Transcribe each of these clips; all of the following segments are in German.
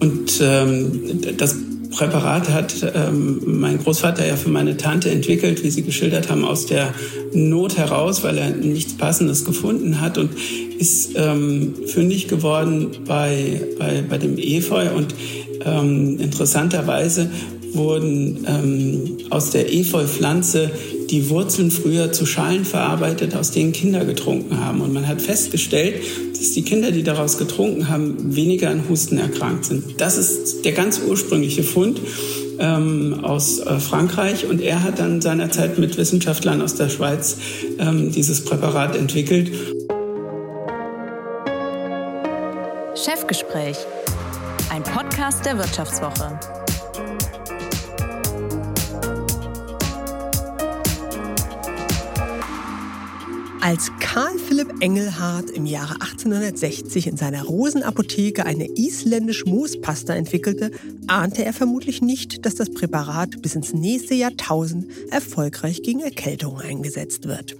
Und das Präparat hat mein Großvater ja für meine Tante entwickelt, wie Sie geschildert haben, aus der Not heraus, weil er nichts Passendes gefunden hat und ist fündig geworden bei dem Efeu. Und interessanterweise wurden aus der Efeu-Pflanze die Wurzeln früher zu Schalen verarbeitet, aus denen Kinder getrunken haben. Und man hat festgestellt, dass die Kinder, die daraus getrunken haben, weniger an Husten erkrankt sind. Das ist der ganz ursprüngliche Fund aus Frankreich. Und er hat dann seinerzeit mit Wissenschaftlern aus der Schweiz dieses Präparat entwickelt. Chefgespräch, ein Podcast der Wirtschaftswoche. Als Karl Philipp Engelhardt im Jahre 1860 in seiner Rosenapotheke eine isländische Moospasta entwickelte, ahnte er vermutlich nicht, dass das Präparat bis ins nächste Jahrtausend erfolgreich gegen Erkältungen eingesetzt wird.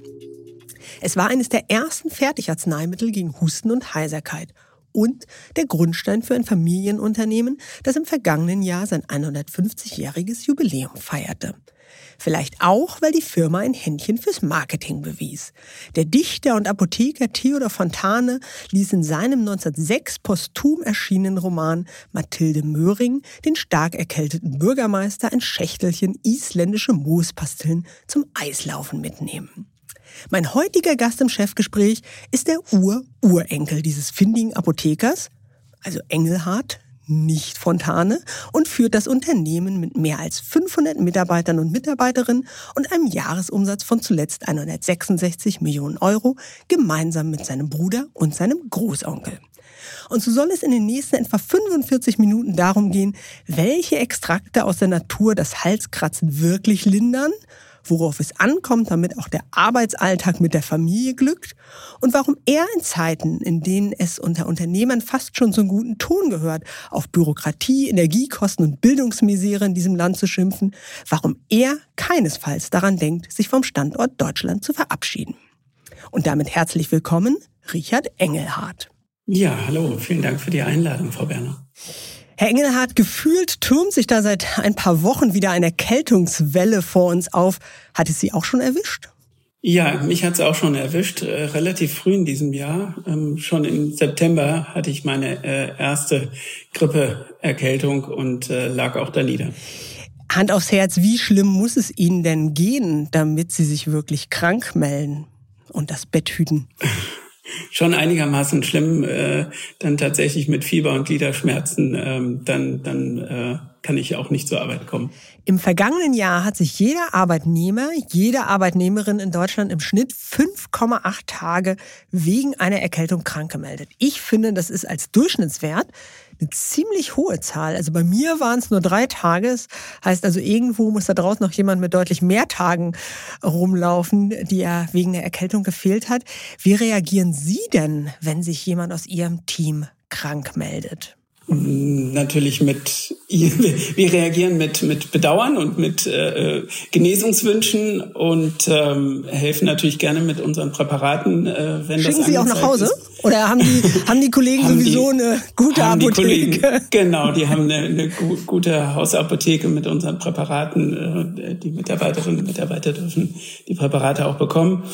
Es war eines der ersten Fertigarzneimittel gegen Husten und Heiserkeit und der Grundstein für ein Familienunternehmen, das im vergangenen Jahr sein 150-jähriges Jubiläum feierte. Vielleicht auch, weil die Firma ein Händchen fürs Marketing bewies. Der Dichter und Apotheker Theodor Fontane ließ in seinem 1906 posthum erschienenen Roman Mathilde Möhring den stark erkälteten Bürgermeister ein Schächtelchen isländische Moospastillen zum Eislaufen mitnehmen. Mein heutiger Gast im Chefgespräch ist der Urenkel dieses findigen Apothekers, also Engelhardt, nicht Fontane, und führt das Unternehmen mit mehr als 500 Mitarbeitern und Mitarbeiterinnen und einem Jahresumsatz von zuletzt 166 Millionen Euro gemeinsam mit seinem Bruder und seinem Großonkel. Und so soll es in den nächsten etwa 45 Minuten darum gehen, welche Extrakte aus der Natur das Halskratzen wirklich lindern, worauf es ankommt, damit auch der Arbeitsalltag mit der Familie glückt und warum er in Zeiten, in denen es unter Unternehmern fast schon zum guten Ton gehört, auf Bürokratie, Energiekosten und Bildungsmisere in diesem Land zu schimpfen, warum er keinesfalls daran denkt, sich vom Standort Deutschland zu verabschieden. Und damit herzlich willkommen, Richard Engelhardt. Ja, hallo, vielen Dank für die Einladung, Frau Berner. Herr Engelhardt, gefühlt türmt sich da seit ein paar Wochen wieder eine Erkältungswelle vor uns auf. Hat es Sie auch schon erwischt? Ja, mich hat es auch schon erwischt, relativ früh in diesem Jahr. Schon im September hatte ich meine erste Grippeerkältung und lag auch da nieder. Hand aufs Herz, wie schlimm muss es Ihnen denn gehen, damit Sie sich wirklich krank melden und das Bett hüten? Schon einigermaßen schlimm, dann tatsächlich mit Fieber und Gliederschmerzen, dann kann ich auch nicht zur Arbeit kommen. Im vergangenen Jahr hat sich jeder Arbeitnehmer, jede Arbeitnehmerin in Deutschland im Schnitt 5,8 Tage wegen einer Erkältung krank gemeldet. Ich finde, das ist als Durchschnittswert eine ziemlich hohe Zahl. Also bei mir waren es nur 3 Tage. Das heißt also, irgendwo muss da draußen noch jemand mit deutlich mehr Tagen rumlaufen, die er wegen der Erkältung gefehlt hat. Wie reagieren Sie denn, wenn sich jemand aus Ihrem Team krank meldet? Natürlich wir reagieren mit Bedauern und mit Genesungswünschen und helfen natürlich gerne mit unseren Präparaten, wenn das Schicken Sie auch nach Hause? Ist. Oder haben die Kollegen sowieso eine gute Apotheke? Genau, die haben eine gute Hausapotheke mit unseren Präparaten. Die Mitarbeiterinnen und Mitarbeiter dürfen die Präparate auch bekommen.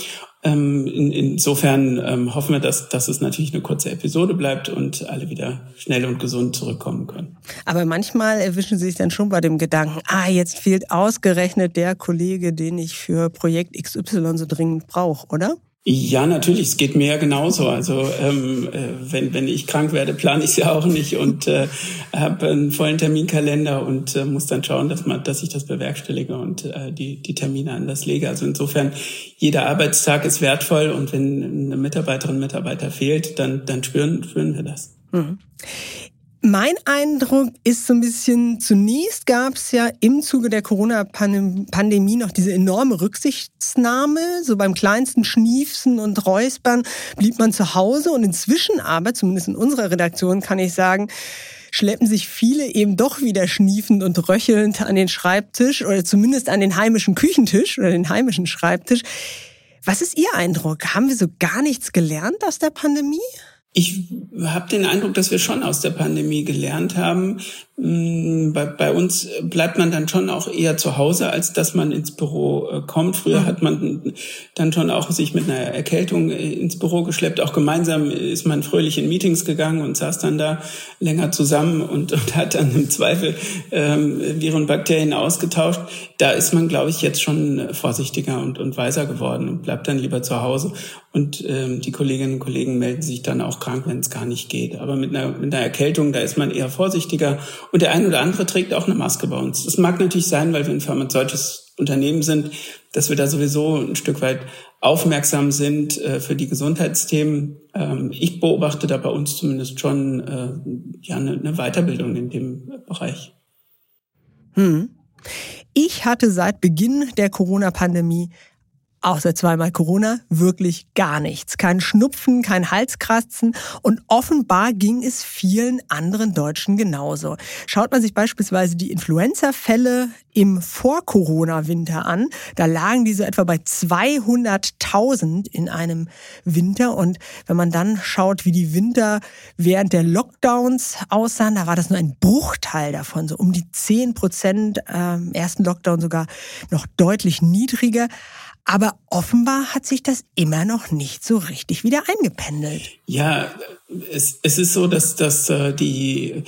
Insofern hoffen wir, dass es natürlich eine kurze Episode bleibt und alle wieder schnell und gesund zurückkommen können. Aber manchmal erwischen Sie sich dann schon bei dem Gedanken, jetzt fehlt ausgerechnet der Kollege, den ich für Projekt XY so dringend brauche, oder? Ja, natürlich, es geht mir ja genauso. Also wenn ich krank werde, plane ich es ja auch nicht und habe einen vollen Terminkalender und muss dann schauen, dass ich das bewerkstellige und die Termine anders lege. Also insofern, jeder Arbeitstag ist wertvoll und wenn eine Mitarbeiterin, Mitarbeiter fehlt, dann spüren wir das. Mhm. Mein Eindruck ist so ein bisschen, zunächst gab es ja im Zuge der Corona-Pandemie noch diese enorme Rücksichtsnahme. So beim kleinsten Schniefsen und Räuspern blieb man zu Hause. Und inzwischen aber, zumindest in unserer Redaktion kann ich sagen, schleppen sich viele eben doch wieder schniefend und röchelnd an den Schreibtisch oder zumindest an den heimischen Küchentisch oder den heimischen Schreibtisch. Was ist Ihr Eindruck? Haben wir so gar nichts gelernt aus der Pandemie? Ich habe den Eindruck, dass wir schon aus der Pandemie gelernt haben. Bei uns bleibt man dann schon auch eher zu Hause, als dass man ins Büro kommt. Früher hat man dann schon auch sich mit einer Erkältung ins Büro geschleppt. Auch gemeinsam ist man fröhlich in Meetings gegangen und saß dann da länger zusammen und hat dann im Zweifel Viren, Bakterien ausgetauscht. Da ist man, glaube ich, jetzt schon vorsichtiger und weiser geworden und bleibt dann lieber zu Hause. Und die Kolleginnen und Kollegen melden sich dann auch krank, wenn es gar nicht geht. Aber mit einer Erkältung, da ist man eher vorsichtiger. Und der ein oder andere trägt auch eine Maske bei uns. Das mag natürlich sein, weil wir ein pharmazeutisches Unternehmen sind, dass wir da sowieso ein Stück weit aufmerksam sind für die Gesundheitsthemen. Ich beobachte da bei uns zumindest schon eine Weiterbildung in dem Bereich. Ich hatte seit Beginn der Corona-Pandemie, außer zweimal Corona, wirklich gar nichts. Kein Schnupfen, kein Halskratzen und offenbar ging es vielen anderen Deutschen genauso. Schaut man sich beispielsweise die Influenza-Fälle im Vor-Corona-Winter an, da lagen die so etwa bei 200.000 in einem Winter. Und wenn man dann schaut, wie die Winter während der Lockdowns aussahen, da war das nur ein Bruchteil davon, so um die 10%, ersten Lockdown sogar noch deutlich niedriger. Aber offenbar hat sich das immer noch nicht so richtig wieder eingependelt. Ja, es ist so, dass die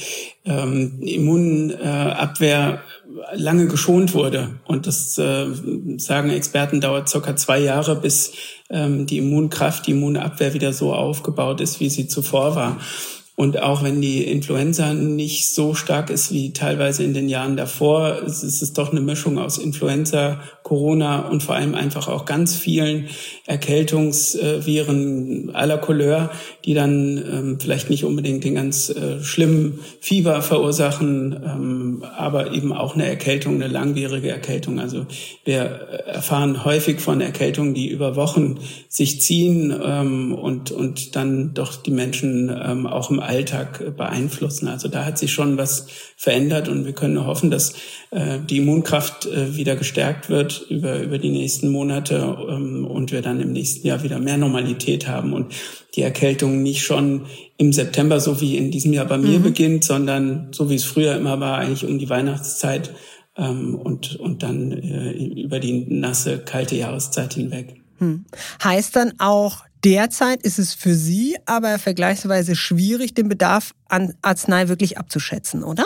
Immunabwehr lange geschont wurde. Und das sagen Experten, dauert ca. 2 Jahre, bis die Immunkraft, die Immunabwehr wieder so aufgebaut ist, wie sie zuvor war. Und auch wenn die Influenza nicht so stark ist wie teilweise in den Jahren davor, ist es doch eine Mischung aus Influenza, Corona und vor allem einfach auch ganz vielen Erkältungsviren aller Couleur, die dann vielleicht nicht unbedingt den ganz schlimmen Fieber verursachen, aber eben auch eine Erkältung, eine langwierige Erkältung. Also wir erfahren häufig von Erkältungen, die über Wochen sich ziehen und dann doch die Menschen auch im Alltag beeinflussen. Also da hat sich schon was verändert und wir können nur hoffen, dass die Immunkraft wieder gestärkt wird über die nächsten Monate und wir dann im nächsten Jahr wieder mehr Normalität haben und die Erkältung nicht schon im September, so wie in diesem Jahr bei mir beginnt, sondern so wie es früher immer war, eigentlich um die Weihnachtszeit und dann über die nasse, kalte Jahreszeit hinweg. Heißt dann auch, derzeit ist es für Sie aber vergleichsweise schwierig, den Bedarf an Arznei wirklich abzuschätzen, oder?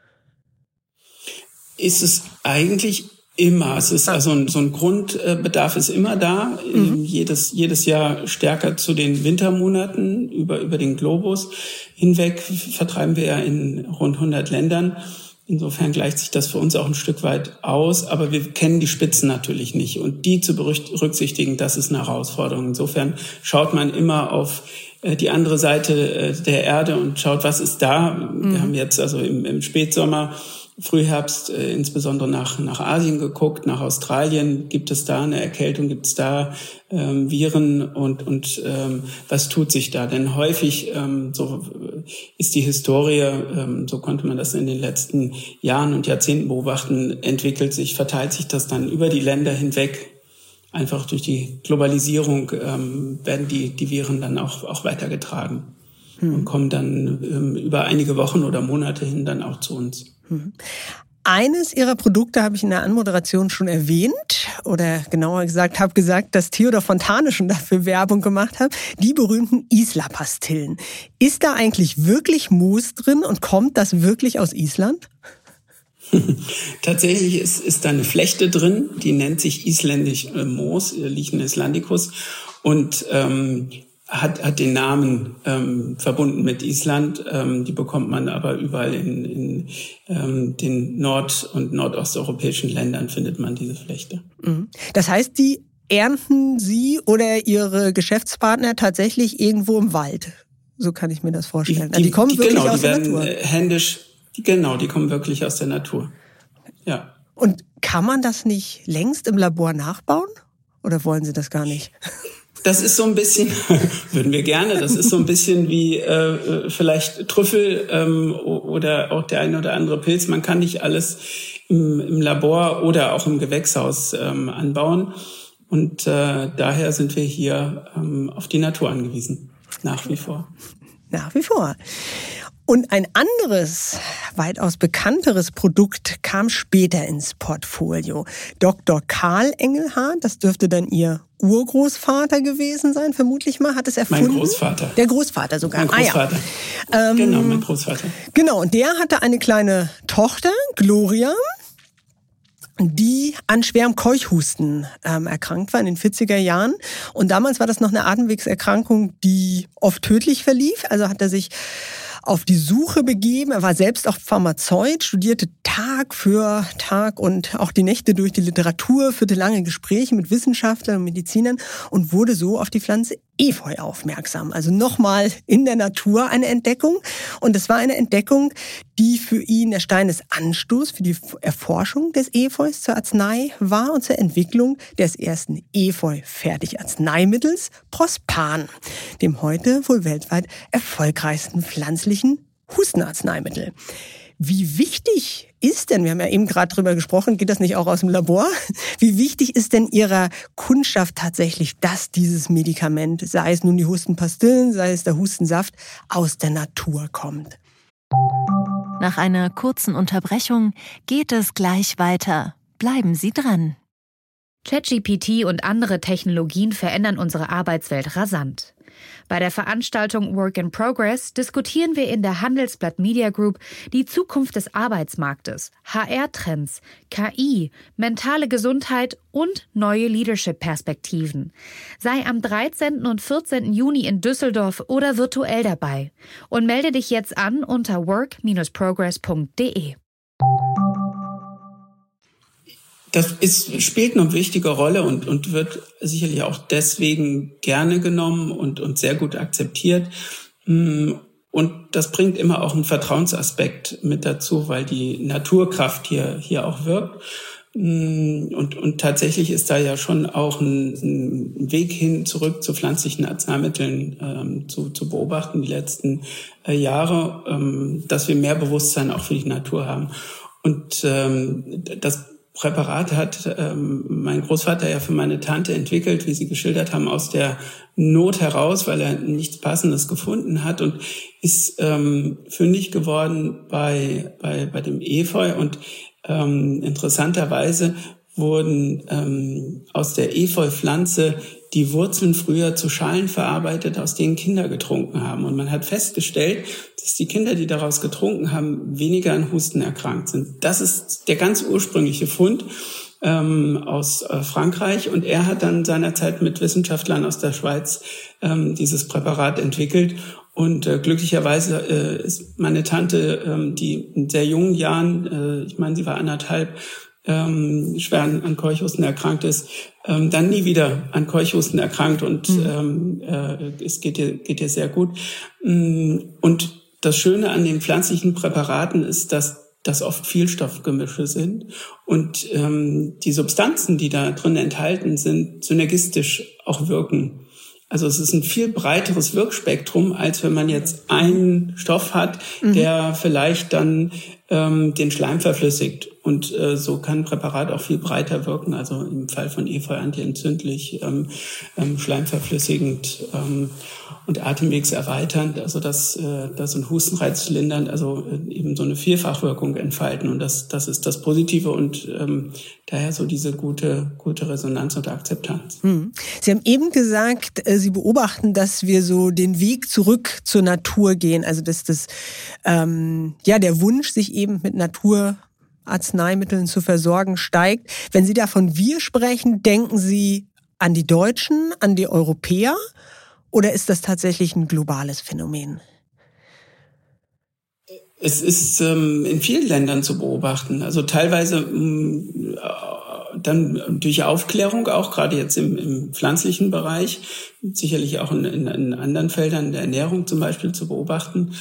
Ist es eigentlich immer. Es ist also so ein Grundbedarf ist immer da. Jedes Jahr stärker zu den Wintermonaten über den Globus hinweg vertreiben wir ja in rund 100 Ländern. Insofern gleicht sich das für uns auch ein Stück weit aus, aber wir kennen die Spitzen natürlich nicht. Und die zu berücksichtigen, das ist eine Herausforderung. Insofern schaut man immer auf die andere Seite der Erde und schaut, was ist da. Wir haben jetzt also im Spätsommer, Frühherbst insbesondere nach Asien geguckt, nach Australien. Gibt es da eine Erkältung, gibt es da Viren und was tut sich da? Denn häufig, so ist die Historie, so konnte man das in den letzten Jahren und Jahrzehnten beobachten, verteilt sich das dann über die Länder hinweg. Einfach durch die Globalisierung werden die Viren dann auch weitergetragen und kommen dann über einige Wochen oder Monate hin dann auch zu uns. Eines Ihrer Produkte habe ich in der Anmoderation schon erwähnt oder genauer gesagt, habe gesagt, dass Theodor Fontane schon dafür Werbung gemacht hat, die berühmten Isla-Pastillen. Ist da eigentlich wirklich Moos drin und kommt das wirklich aus Island? Tatsächlich ist da eine Flechte drin, die nennt sich isländisch Moos, Lichen islandicus und hat den Namen verbunden mit Island. Die bekommt man aber überall in den nord- und nordosteuropäischen Ländern findet man diese Flechte. Das heißt, die ernten Sie oder Ihre Geschäftspartner tatsächlich irgendwo im Wald? So kann ich mir das vorstellen. Die kommen wirklich aus der Natur. Die kommen wirklich aus der Natur. Ja. Und kann man das nicht längst im Labor nachbauen? Oder wollen Sie das gar nicht? Das ist so ein bisschen, würden wir gerne, das ist so ein bisschen wie vielleicht Trüffel oder auch der eine oder andere Pilz. Man kann nicht alles im Labor oder auch im Gewächshaus anbauen. Und daher sind wir hier auf die Natur angewiesen, nach wie vor. Nach wie vor. Und ein anderes, weitaus bekannteres Produkt kam später ins Portfolio. Dr. Karl Engelhardt, das dürfte dann Ihr Urgroßvater gewesen sein, vermutlich mal, hat es erfunden. Mein Großvater. Der Großvater sogar. Mein Großvater. Genau, mein Großvater. Genau, und der hatte eine kleine Tochter, Gloria, die an schwerem Keuchhusten erkrankt war in den 40er Jahren. Und damals war das noch eine Atemwegserkrankung, die oft tödlich verlief. Also hat er sich auf die Suche begeben. Er war selbst auch Pharmazeut, studierte Tag für Tag und auch die Nächte durch die Literatur, führte lange Gespräche mit Wissenschaftlern und Medizinern und wurde so auf die Pflanze Efeu aufmerksam. Also nochmal in der Natur eine Entdeckung. Und es war eine Entdeckung, die für ihn der Stein des Anstoßes für die Erforschung des Efeus zur Arznei war und zur Entwicklung des ersten Efeu-Fertigarzneimittels Prospan, dem heute wohl weltweit erfolgreichsten pflanzlichen Hustenarzneimittel. Wie wichtig ist denn, wir haben ja eben gerade drüber gesprochen, geht das nicht auch aus dem Labor? Wie wichtig ist denn Ihrer Kundschaft tatsächlich, dass dieses Medikament, sei es nun die Hustenpastillen, sei es der Hustensaft, aus der Natur kommt? Nach einer kurzen Unterbrechung geht es gleich weiter. Bleiben Sie dran. ChatGPT und andere Technologien verändern unsere Arbeitswelt rasant. Bei der Veranstaltung Work in Progress diskutieren wir in der Handelsblatt Media Group die Zukunft des Arbeitsmarktes, HR-Trends, KI, mentale Gesundheit und neue Leadership-Perspektiven. Sei am 13. und 14. Juni in Düsseldorf oder virtuell dabei und melde dich jetzt an unter work-progress.de. Das spielt eine wichtige Rolle und wird sicherlich auch deswegen gerne genommen und sehr gut akzeptiert. Und das bringt immer auch einen Vertrauensaspekt mit dazu, weil die Naturkraft hier auch wirkt. Und tatsächlich ist da ja schon auch ein Weg hin zurück zu pflanzlichen Arzneimitteln zu beobachten die letzten Jahre, dass wir mehr Bewusstsein auch für die Natur haben. Und das Präparat hat mein Großvater ja für meine Tante entwickelt, wie Sie geschildert haben, aus der Not heraus, weil er nichts Passendes gefunden hat und ist fündig geworden bei dem Efeu. Und interessanterweise wurden aus der Efeu-Pflanze die Wurzeln früher zu Schalen verarbeitet, aus denen Kinder getrunken haben. Und man hat festgestellt, dass die Kinder, die daraus getrunken haben, weniger an Husten erkrankt sind. Das ist der ganz ursprüngliche Fund aus Frankreich. Und er hat dann seinerzeit mit Wissenschaftlern aus der Schweiz dieses Präparat entwickelt. Und glücklicherweise ist meine Tante, die in sehr jungen Jahren, ich meine, sie war 1,5, schwer an Keuchhusten erkrankt ist, dann nie wieder an Keuchhusten erkrankt und es geht ihr sehr gut. Und das Schöne an den pflanzlichen Präparaten ist, dass das oft Vielstoffgemische sind und die Substanzen, die da drin enthalten sind, synergistisch auch wirken. Also es ist ein viel breiteres Wirkspektrum, als wenn man jetzt einen Stoff hat, der vielleicht dann den Schleim verflüssigt. Und so kann ein Präparat auch viel breiter wirken. Also im Fall von Efeu antientzündlich, schleimverflüssigend und atemwegserweiternd. Also das und Hustenreiz lindernd, also eben so eine Vielfachwirkung entfalten. Und das ist das Positive und daher so diese gute Resonanz und Akzeptanz. Sie haben eben gesagt, Sie beobachten, dass wir so den Weg zurück zur Natur gehen. Also dass der Wunsch, sich eben mit Naturarzneimitteln zu versorgen, steigt. Wenn Sie da von wir sprechen, denken Sie an die Deutschen, an die Europäer oder ist das tatsächlich ein globales Phänomen? Es ist in vielen Ländern zu beobachten. Also teilweise dann durch Aufklärung, auch gerade jetzt im pflanzlichen Bereich, sicherlich auch in anderen Feldern der Ernährung zum Beispiel zu beobachten.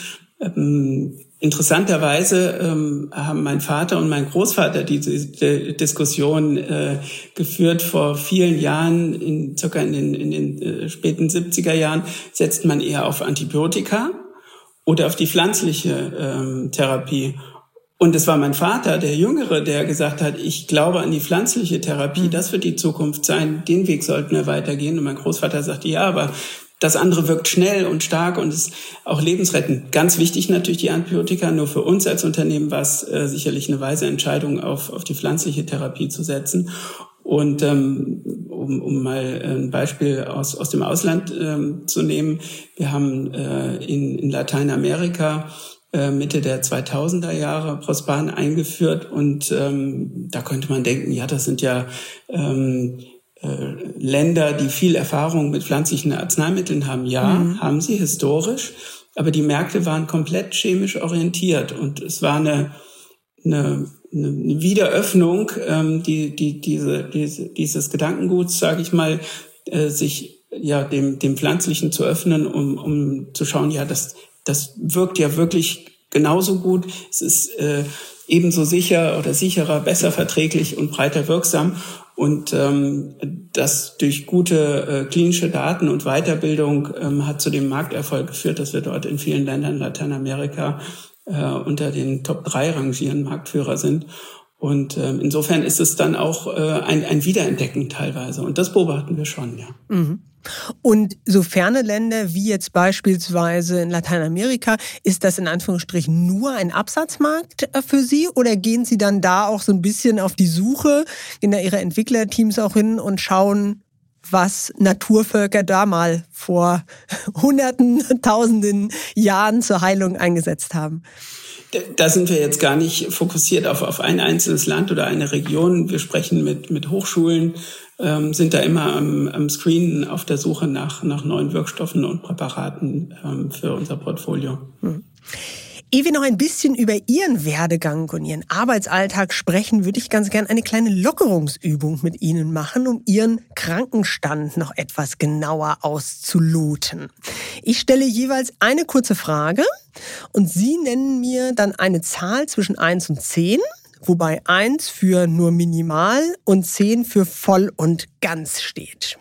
Interessanterweise haben mein Vater und mein Großvater diese Diskussion geführt vor vielen Jahren, circa in den späten 70er Jahren, setzt man eher auf Antibiotika oder auf die pflanzliche Therapie. Und es war mein Vater, der Jüngere, der gesagt hat, ich glaube an die pflanzliche Therapie, das wird die Zukunft sein, den Weg sollten wir weitergehen. Und mein Großvater sagte, ja, aber Das andere wirkt schnell und stark und ist auch lebensrettend. Ganz wichtig natürlich die Antibiotika. Nur für uns als Unternehmen war es sicherlich eine weise Entscheidung, auf die pflanzliche Therapie zu setzen. Und um mal ein Beispiel aus dem Ausland zu nehmen, wir haben in Lateinamerika Mitte der 2000er Jahre Prospan eingeführt und da könnte man denken, ja, das sind ja Länder, die viel Erfahrung mit pflanzlichen Arzneimitteln haben. Ja, haben sie historisch, aber die Märkte waren komplett chemisch orientiert und es war eine Wiederöffnung dieses Gedankenguts, sage ich mal, sich ja dem Pflanzlichen zu öffnen, um zu schauen, ja, das wirkt ja wirklich genauso gut. Es ist ebenso sicher oder sicherer, besser verträglich und breiter wirksam. Und das durch gute klinische Daten und Weiterbildung hat zu dem Markterfolg geführt, dass wir dort in vielen Ländern Lateinamerika unter den Top 3 rangieren, Marktführer sind. Und insofern ist es dann auch ein Wiederentdecken teilweise. Und das beobachten wir schon, ja. Mhm. Und so ferne Länder wie jetzt beispielsweise in Lateinamerika, ist das in Anführungsstrichen nur ein Absatzmarkt für Sie? Oder gehen Sie dann da auch so ein bisschen auf die Suche, gehen da Ihre Entwicklerteams auch hin und schauen, was Naturvölker da mal vor Hunderten, Tausenden Jahren zur Heilung eingesetzt haben? Da sind wir jetzt gar nicht fokussiert auf ein einzelnes Land oder eine Region. Wir sprechen mit Hochschulen, sind da immer am Screenen auf der Suche nach neuen Wirkstoffen und Präparaten für unser Portfolio. Ehe wir noch ein bisschen über Ihren Werdegang und Ihren Arbeitsalltag sprechen, würde ich ganz gern eine kleine Lockerungsübung mit Ihnen machen, um Ihren Krankenstand noch etwas genauer auszuloten. Ich stelle jeweils eine kurze Frage und Sie nennen mir dann eine Zahl zwischen 1 und 10, wobei 1 für nur minimal und 10 für voll und ganz steht.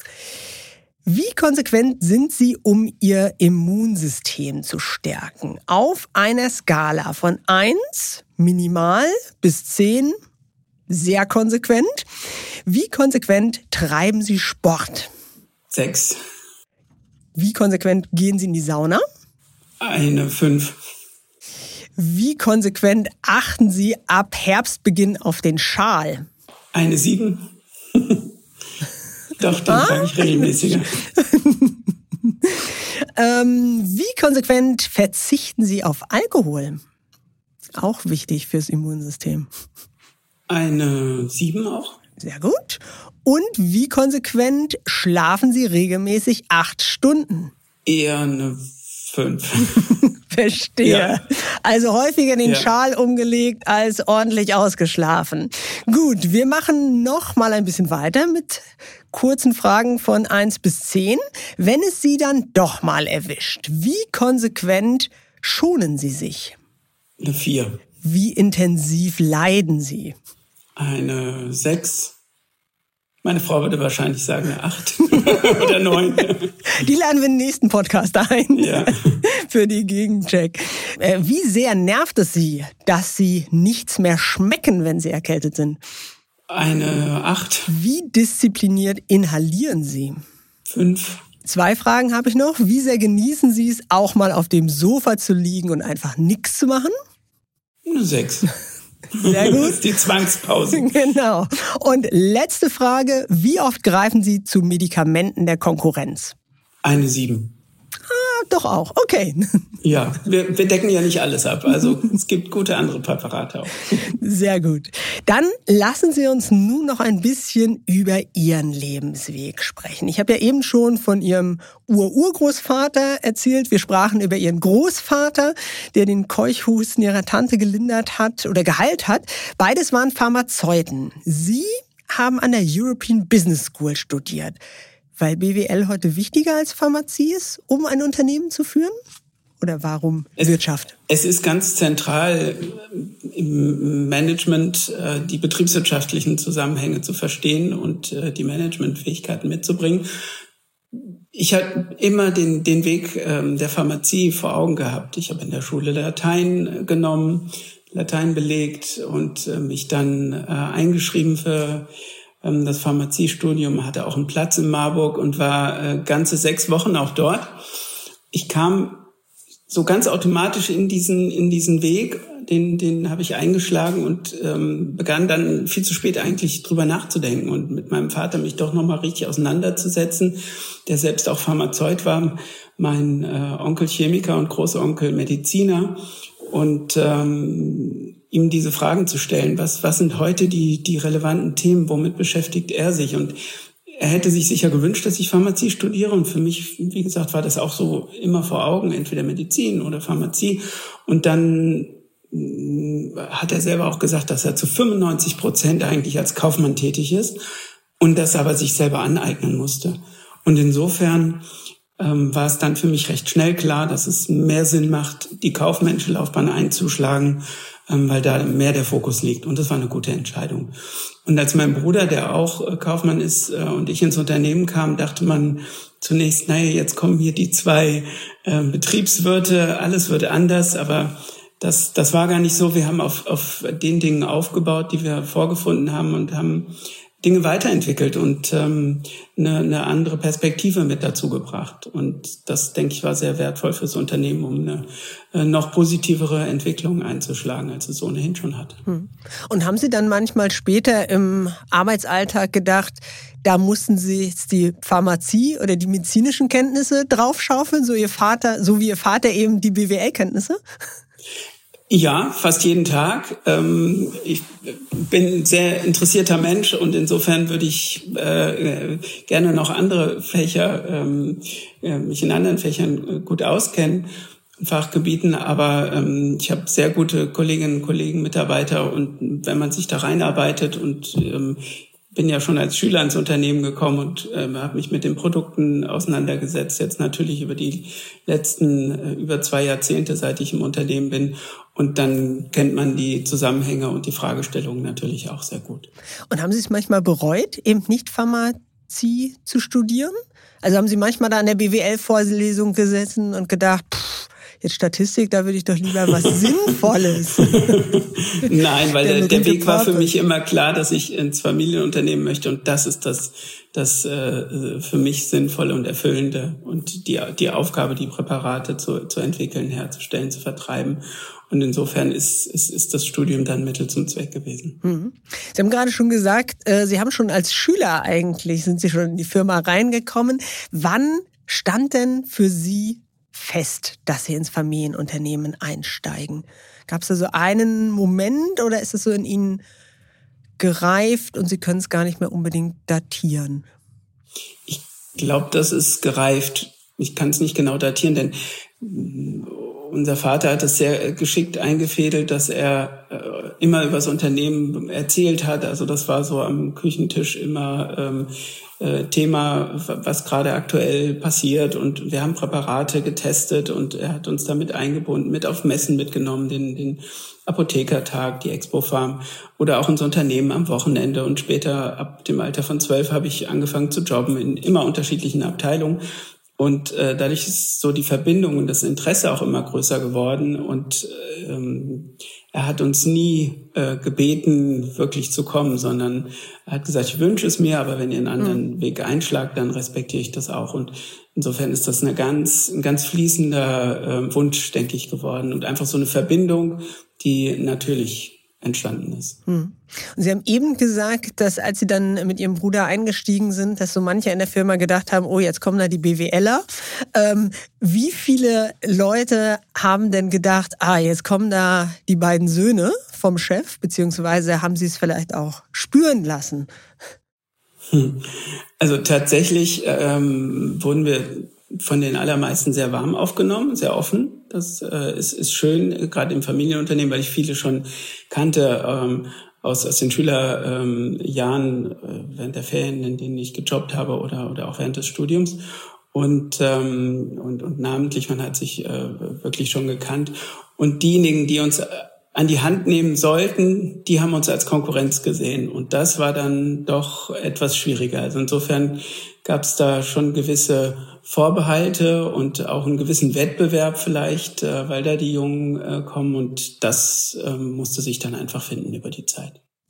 Wie konsequent sind Sie, um Ihr Immunsystem zu stärken? Auf einer Skala von 1, minimal, bis 10, sehr konsequent. Wie konsequent treiben Sie Sport? 6. Wie konsequent gehen Sie in die Sauna? Eine 5. Wie konsequent achten Sie ab Herbstbeginn auf den Schal? Eine 7. Doch, den trage ich regelmäßiger. Wie konsequent verzichten Sie auf Alkohol? Auch wichtig fürs Immunsystem. Eine 7 auch. Sehr gut. Und wie konsequent schlafen Sie regelmäßig 8 Stunden? Eher eine 5. Verstehe. Ja. Also häufiger den Schal umgelegt als ordentlich ausgeschlafen. Gut, wir machen noch mal ein bisschen weiter mit kurzen Fragen von 1 bis 10. Wenn es Sie dann doch mal erwischt, wie konsequent schonen Sie sich? Eine 4. Wie intensiv leiden Sie? Eine 6. Meine Frau würde wahrscheinlich sagen eine 8 oder 9. Die laden wir in den nächsten Podcast ein. Ja. Für die Gegencheck. Wie sehr nervt es Sie, dass Sie nichts mehr schmecken, wenn Sie erkältet sind? Eine 8. Wie diszipliniert inhalieren Sie? 5. 2 Fragen habe ich noch. Wie sehr genießen Sie es, auch mal auf dem Sofa zu liegen und einfach nichts zu machen? Eine 6. Sehr gut. Das ist die Zwangspause. Genau. Und letzte Frage. Wie oft greifen Sie zu Medikamenten der Konkurrenz? Eine 7. Doch auch. Okay. Ja, wir decken ja nicht alles ab. Also es gibt gute andere Präparate auch. Sehr gut. Dann lassen Sie uns nun noch ein bisschen über Ihren Lebensweg sprechen. Ich habe ja eben schon von Ihrem Urgroßvater erzählt. Wir sprachen über Ihren Großvater, der den Keuchhusten Ihrer Tante gelindert hat oder geheilt hat. Beides waren Pharmazeuten. Sie haben an der European Business School studiert. Weil BWL heute wichtiger als Pharmazie ist, um ein Unternehmen zu führen? Oder warum Wirtschaft? Es ist ganz zentral im Management, die betriebswirtschaftlichen Zusammenhänge zu verstehen und die Managementfähigkeiten mitzubringen. Ich habe immer den Weg der Pharmazie vor Augen gehabt. Ich habe in der Schule Latein genommen, Latein belegt und mich dann eingeschrieben für das Pharmaziestudium, hatte auch einen Platz in Marburg und war ganze 6 Wochen auch dort. Ich kam so ganz automatisch in diesen Weg, den habe ich eingeschlagen und begann dann viel zu spät eigentlich drüber nachzudenken und mit meinem Vater mich doch nochmal richtig auseinanderzusetzen, der selbst auch Pharmazeut war, mein Onkel Chemiker und Großonkel Mediziner und ihm diese Fragen zu stellen, was sind heute die relevanten Themen, womit beschäftigt er sich? Und er hätte sich sicher gewünscht, dass ich Pharmazie studiere und für mich, wie gesagt, war das auch so immer vor Augen, entweder Medizin oder Pharmazie. Und dann hat er selber auch gesagt, dass er zu 95% eigentlich als Kaufmann tätig ist und das aber sich selber aneignen musste. Und insofern war es dann für mich recht schnell klar, dass es mehr Sinn macht, die kaufmännische Laufbahn einzuschlagen, weil da mehr der Fokus liegt. Und das war eine gute Entscheidung. Und als mein Bruder, der auch Kaufmann ist, und ich ins Unternehmen kam, dachte man zunächst, naja, jetzt kommen hier die 2 Betriebswirte, alles wird anders, aber das war gar nicht so. Wir haben auf den Dingen aufgebaut, die wir vorgefunden haben und haben Dinge weiterentwickelt und eine andere Perspektive mit dazu gebracht. Und das, denke ich, war sehr wertvoll fürs Unternehmen, um eine noch positivere Entwicklung einzuschlagen, als es ohnehin schon hatte. Und haben Sie dann manchmal später im Arbeitsalltag gedacht, da mussten Sie jetzt die Pharmazie oder die medizinischen Kenntnisse draufschaufeln, so wie Ihr Vater eben die BWL-Kenntnisse? Ja, fast jeden Tag. Ich bin ein sehr interessierter Mensch und insofern würde ich gerne noch andere Fächer, mich in anderen Fächern gut auskennen, Fachgebieten, aber ich habe sehr gute Kolleginnen und Kollegen, Mitarbeiter und wenn man sich da reinarbeitet und bin ja schon als Schüler ins Unternehmen gekommen und habe mich mit den Produkten auseinandergesetzt, jetzt natürlich über die letzten über 2 Jahrzehnte, seit ich im Unternehmen bin. Und dann kennt man die Zusammenhänge und die Fragestellungen natürlich auch sehr gut. Und haben Sie es manchmal bereut, eben nicht Pharmazie zu studieren? Also haben Sie manchmal da an der BWL-Vorlesung gesessen und gedacht, jetzt Statistik, da würde ich doch lieber was Sinnvolles. Nein, weil der Weg war für mich immer klar, dass ich ins Familienunternehmen möchte und das ist das für mich Sinnvolle und Erfüllende und die Aufgabe, die Präparate zu entwickeln, herzustellen, zu vertreiben. Und insofern ist das Studium dann Mittel zum Zweck gewesen. Sie haben gerade schon gesagt, Sie haben schon als Schüler sind Sie schon in die Firma reingekommen. Wann stand denn für Sie fest, dass Sie ins Familienunternehmen einsteigen? Gab es da so einen Moment oder ist es so in Ihnen gereift und Sie können es gar nicht mehr unbedingt datieren? Ich glaube, das ist gereift. Ich kann es nicht genau datieren, denn unser Vater hat es sehr geschickt eingefädelt, dass er immer über das Unternehmen erzählt hat. Also das war so am Küchentisch immer Thema, was gerade aktuell passiert. Und wir haben Präparate getestet und er hat uns damit eingebunden, mit auf Messen mitgenommen, den Apothekertag, die Expo Farm oder auch unser Unternehmen am Wochenende. Und später, ab dem Alter von 12, habe ich angefangen zu jobben in immer unterschiedlichen Abteilungen. Und dadurch ist so die Verbindung und das Interesse auch immer größer geworden. Und er hat uns nie gebeten, wirklich zu kommen, sondern er hat gesagt, ich wünsche es mir, aber wenn ihr einen anderen Weg einschlagt, dann respektiere ich das auch. Und insofern ist das ein ganz fließender Wunsch, denke ich, geworden. Und einfach so eine Verbindung, die natürlich entstanden ist. Und Sie haben eben gesagt, dass als Sie dann mit Ihrem Bruder eingestiegen sind, dass so manche in der Firma gedacht haben, oh, jetzt kommen da die BWLer. Wie viele Leute haben denn gedacht, jetzt kommen da die beiden Söhne vom Chef, beziehungsweise haben Sie es vielleicht auch spüren lassen? Also tatsächlich wurden wir von den allermeisten sehr warm aufgenommen, sehr offen. Das ist schön, gerade im Familienunternehmen, weil ich viele schon kannte aus den Schülerjahren während der Ferien, in denen ich gejobbt habe oder auch während des Studiums. Und namentlich, man hat sich wirklich schon gekannt. Und diejenigen, die uns an die Hand nehmen sollten, die haben uns als Konkurrenz gesehen. Und das war dann doch etwas schwieriger. Also insofern gab es da schon gewisse Vorbehalte und auch einen gewissen Wettbewerb vielleicht, weil da die Jungen kommen. Und das musste sich dann einfach finden über die Zeit.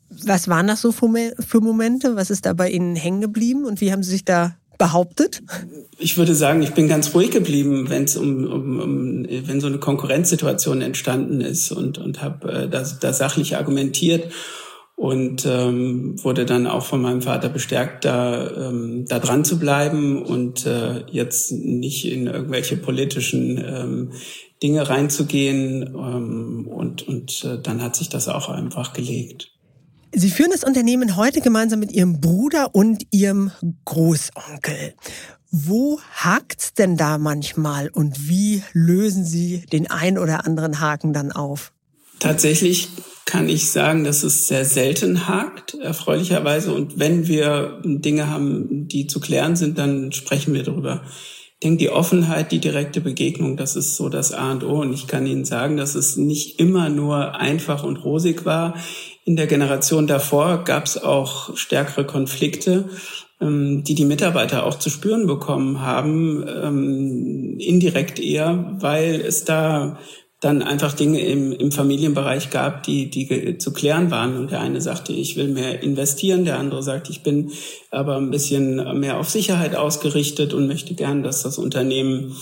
Was waren das so für Momente? Was ist da bei Ihnen hängen geblieben und wie haben Sie sich da behauptet? Ich würde sagen, ich bin ganz ruhig geblieben, wenn es wenn so eine Konkurrenzsituation entstanden ist und habe da sachlich argumentiert und wurde dann auch von meinem Vater bestärkt, da dran zu bleiben und jetzt nicht in irgendwelche politischen Dinge reinzugehen und dann hat sich das auch einfach gelegt. Sie führen das Unternehmen heute gemeinsam mit Ihrem Bruder und Ihrem Großonkel. Wo hakt's denn da manchmal und wie lösen Sie den ein oder anderen Haken dann auf? Tatsächlich kann ich sagen, dass es sehr selten hakt, erfreulicherweise. Und wenn wir Dinge haben, die zu klären sind, dann sprechen wir darüber. Ich denke, die Offenheit, die direkte Begegnung, das ist so das A und O. Und ich kann Ihnen sagen, dass es nicht immer nur einfach und rosig war. In der Generation davor gab es auch stärkere Konflikte, die Mitarbeiter auch zu spüren bekommen haben, indirekt eher, weil es da dann einfach Dinge im Familienbereich gab, die zu klären waren. Und der eine sagte, ich will mehr investieren, der andere sagt, ich bin aber ein bisschen mehr auf Sicherheit ausgerichtet und möchte gern, dass das Unternehmen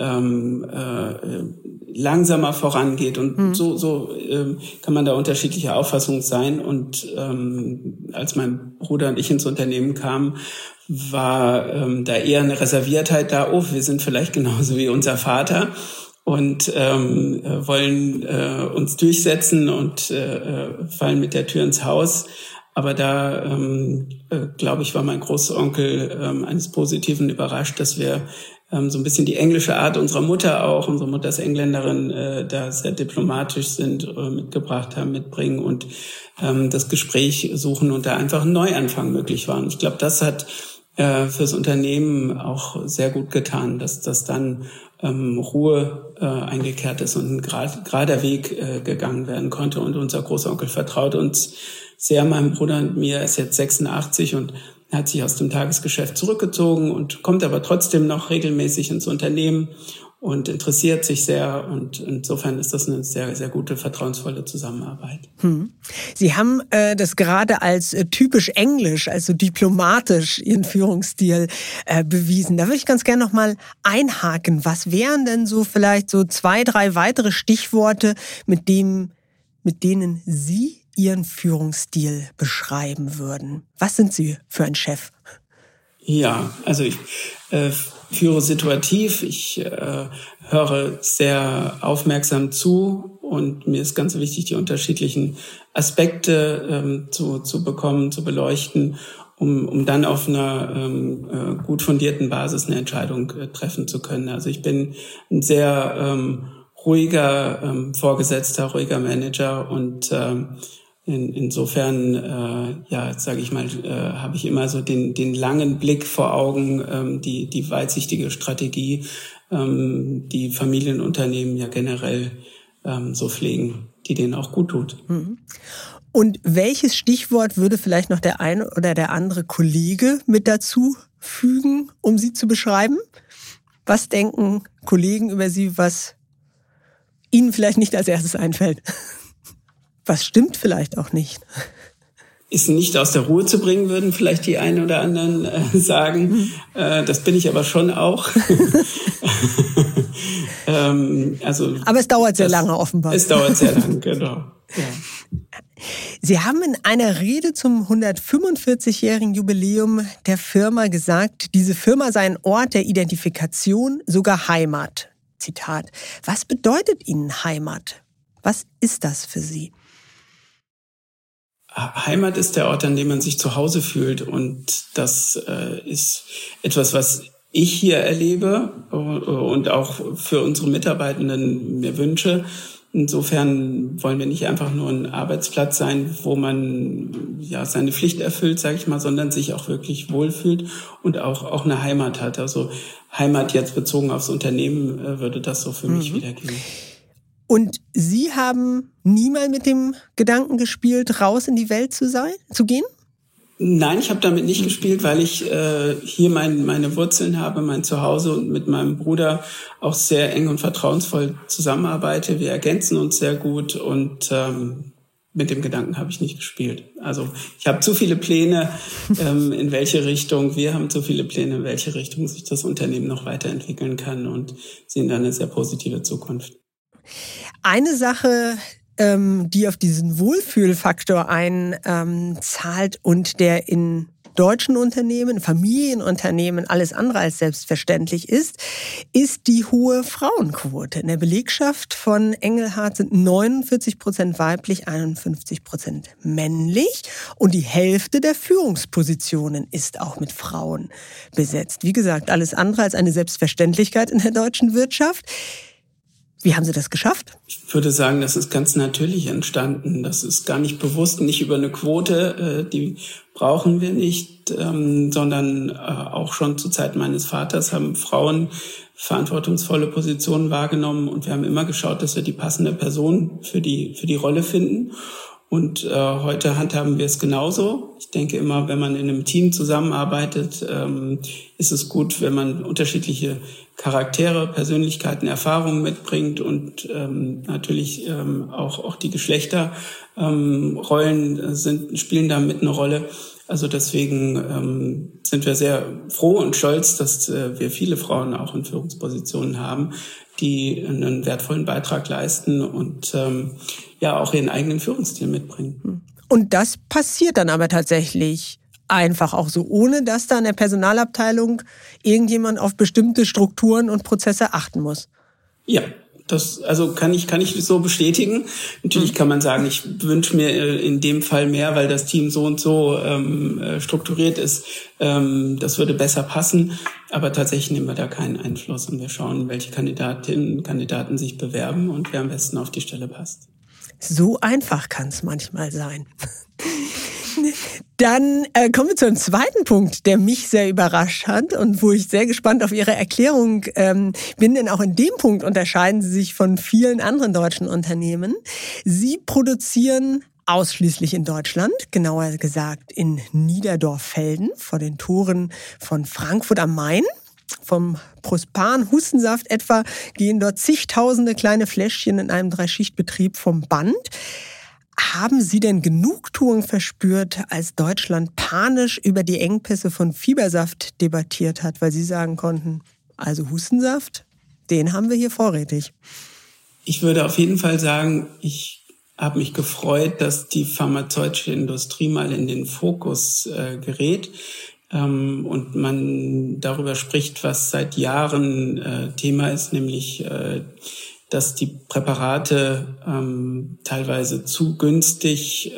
langsamer vorangeht. Und so kann man da unterschiedlicher Auffassung sein. Und als mein Bruder und ich ins Unternehmen kamen, war da eher eine Reserviertheit da. Oh, wir sind vielleicht genauso wie unser Vater und wollen uns durchsetzen und fallen mit der Tür ins Haus. Aber da, glaube ich, war mein Großonkel eines Positiven überrascht, dass wir so ein bisschen die englische Art unserer Mutter auch, unsere Mutter ist Engländerin, da sehr diplomatisch sind, mitgebracht haben, mitbringen und das Gespräch suchen und da einfach ein Neuanfang möglich war. Und ich glaube, das hat fürs Unternehmen auch sehr gut getan, dass das dann Ruhe eingekehrt ist und ein gerader Weg gegangen werden konnte. Und unser Großonkel vertraut uns sehr, meinem Bruder und mir. Er ist jetzt 86 und hat sich aus dem Tagesgeschäft zurückgezogen und kommt aber trotzdem noch regelmäßig ins Unternehmen und interessiert sich sehr. Und insofern ist das eine sehr, sehr gute, vertrauensvolle Zusammenarbeit. Sie haben das gerade als typisch englisch, also diplomatisch, Ihren Führungsstil bewiesen. Da würde ich ganz gerne noch mal einhaken. Was wären denn so vielleicht so 2, 3 weitere Stichworte, mit denen Sie Ihren Führungsstil beschreiben würden? Was sind Sie für ein Chef? Ja, also ich führe situativ, ich höre sehr aufmerksam zu und mir ist ganz wichtig, die unterschiedlichen Aspekte zu bekommen, zu beleuchten, um dann auf einer gut fundierten Basis eine Entscheidung treffen zu können. Also ich bin ein sehr ruhiger Vorgesetzter, ruhiger Manager und insofern, sage ich mal, habe ich immer so den langen Blick vor Augen, die weitsichtige Strategie, die Familienunternehmen ja generell so pflegen, die denen auch gut tut. Und welches Stichwort würde vielleicht noch der eine oder der andere Kollege mit dazu fügen, um Sie zu beschreiben? Was denken Kollegen über Sie, was Ihnen vielleicht nicht als erstes einfällt? Was stimmt vielleicht auch nicht? Ist nicht aus der Ruhe zu bringen, würden vielleicht die einen oder anderen sagen. Das bin ich aber schon auch. Aber es dauert sehr lange offenbar. Es dauert sehr lange, genau. Ja. Sie haben in einer Rede zum 145-jährigen Jubiläum der Firma gesagt, diese Firma sei ein Ort der Identifikation, sogar Heimat. Zitat. Was bedeutet Ihnen Heimat? Was ist das für Sie? Heimat ist der Ort, an dem man sich zu Hause fühlt. Und das ist etwas, was ich hier erlebe und auch für unsere Mitarbeitenden mir wünsche. Insofern wollen wir nicht einfach nur ein Arbeitsplatz sein, wo man ja seine Pflicht erfüllt, sage ich mal, sondern sich auch wirklich wohlfühlt und auch eine Heimat hat. Also Heimat jetzt bezogen aufs Unternehmen würde das so für mich wiedergeben. Und Sie haben nie mal mit dem Gedanken gespielt, raus in die Welt zu gehen? Nein, ich habe damit nicht gespielt, weil ich hier meine Wurzeln habe, mein Zuhause und mit meinem Bruder auch sehr eng und vertrauensvoll zusammenarbeite. Wir ergänzen uns sehr gut und mit dem Gedanken habe ich nicht gespielt. Also ich habe zu viele Pläne, in welche Richtung, wir haben zu viele Pläne, in welche Richtung sich das Unternehmen noch weiterentwickeln kann und sehen dann eine sehr positive Zukunft. Eine Sache, die auf diesen Wohlfühlfaktor einzahlt und der in deutschen Unternehmen, Familienunternehmen alles andere als selbstverständlich ist die hohe Frauenquote. In der Belegschaft von Engelhart sind 49% weiblich, 51% männlich und die Hälfte der Führungspositionen ist auch mit Frauen besetzt. Wie gesagt, alles andere als eine Selbstverständlichkeit in der deutschen Wirtschaft. Wie haben Sie das geschafft? Ich würde sagen, das ist ganz natürlich entstanden. Das ist gar nicht bewusst, nicht über eine Quote, die brauchen wir nicht, sondern auch schon zu Zeiten meines Vaters haben Frauen verantwortungsvolle Positionen wahrgenommen und wir haben immer geschaut, dass wir die passende Person für die Rolle finden. Und heute handhaben wir es genauso. Ich denke immer, wenn man in einem Team zusammenarbeitet, ist es gut, wenn man unterschiedliche Charaktere, Persönlichkeiten, Erfahrungen mitbringt und natürlich auch die Geschlechterrollen spielen da mit eine Rolle. Also deswegen sind wir sehr froh und stolz, dass wir viele Frauen auch in Führungspositionen haben, die einen wertvollen Beitrag leisten und auch ihren eigenen Führungsstil mitbringen. Und das passiert dann aber tatsächlich einfach auch so, ohne dass da in der Personalabteilung irgendjemand auf bestimmte Strukturen und Prozesse achten muss. Ja, das kann ich so bestätigen. Natürlich kann man sagen, ich wünsche mir in dem Fall mehr, weil das Team so und so strukturiert ist. Das würde besser passen. Aber tatsächlich nehmen wir da keinen Einfluss und wir schauen, welche Kandidatinnen und Kandidaten sich bewerben und wer am besten auf die Stelle passt. So einfach kann es manchmal sein. Dann kommen wir zu einem zweiten Punkt, der mich sehr überrascht hat und wo ich sehr gespannt auf Ihre Erklärung bin, denn auch in dem Punkt unterscheiden Sie sich von vielen anderen deutschen Unternehmen. Sie produzieren ausschließlich in Deutschland, genauer gesagt in Niederdorf-Velden vor den Toren von Frankfurt am Main. Vom Prospan-Hustensaft etwa gehen dort zigtausende kleine Fläschchen in einem 3-Schicht-Betrieb vom Band. Haben Sie denn Genugtuung verspürt, als Deutschland panisch über die Engpässe von Fiebersaft debattiert hat, weil Sie sagen konnten, also Hustensaft, den haben wir hier vorrätig? Ich würde auf jeden Fall sagen, ich habe mich gefreut, dass die pharmazeutische Industrie mal in den Fokus gerät und man darüber spricht, was seit Jahren Thema ist, nämlich dass die Präparate teilweise zu günstig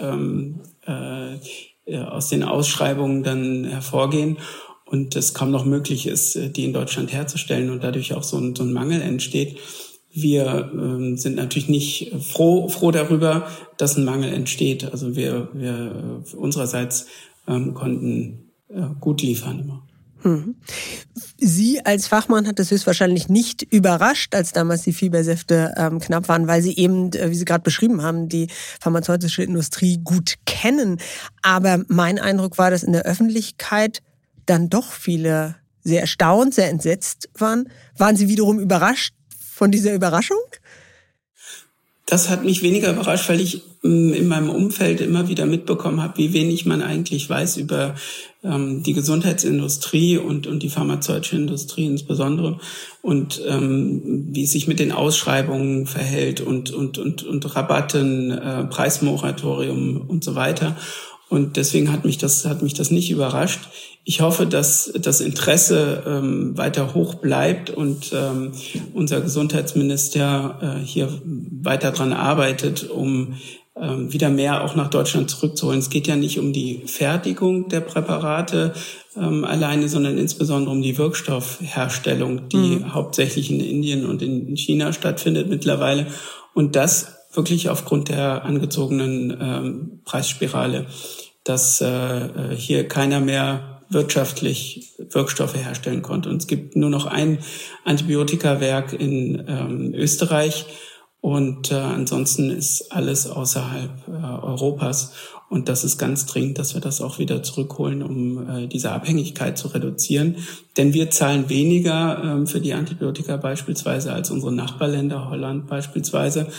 aus den Ausschreibungen dann hervorgehen und es kaum noch möglich ist, die in Deutschland herzustellen und dadurch auch so ein Mangel entsteht. Wir sind natürlich nicht froh darüber, dass ein Mangel entsteht. Also wir unsererseits konnten gut liefern immer. Sie als Fachmann hat das höchstwahrscheinlich nicht überrascht, als damals die Fiebersäfte knapp waren, weil Sie eben, wie Sie gerade beschrieben haben, die pharmazeutische Industrie gut kennen. Aber mein Eindruck war, dass in der Öffentlichkeit dann doch viele sehr erstaunt, sehr entsetzt waren. Waren Sie wiederum überrascht von dieser Überraschung? Das hat mich weniger überrascht, weil ich in meinem Umfeld immer wieder mitbekommen habe, wie wenig man eigentlich weiß über die Gesundheitsindustrie und die pharmazeutische Industrie insbesondere und wie es sich mit den Ausschreibungen verhält und Rabatten, Preismoratorium und so weiter. Und deswegen hat mich das nicht überrascht. Ich hoffe, dass das Interesse weiter hoch bleibt und unser Gesundheitsminister hier weiter dran arbeitet, um wieder mehr auch nach Deutschland zurückzuholen. Es geht ja nicht um die Fertigung der Präparate alleine, sondern insbesondere um die Wirkstoffherstellung, die hauptsächlich in Indien und in China stattfindet mittlerweile. Und das wirklich aufgrund der angezogenen Preisspirale, dass hier keiner mehr wirtschaftlich Wirkstoffe herstellen konnte. Und es gibt nur noch ein Antibiotikawerk in Österreich und ansonsten ist alles außerhalb Europas. Und das ist ganz dringend, dass wir das auch wieder zurückholen, um diese Abhängigkeit zu reduzieren. Denn wir zahlen weniger für die Antibiotika beispielsweise als unsere Nachbarländer, Holland beispielsweise.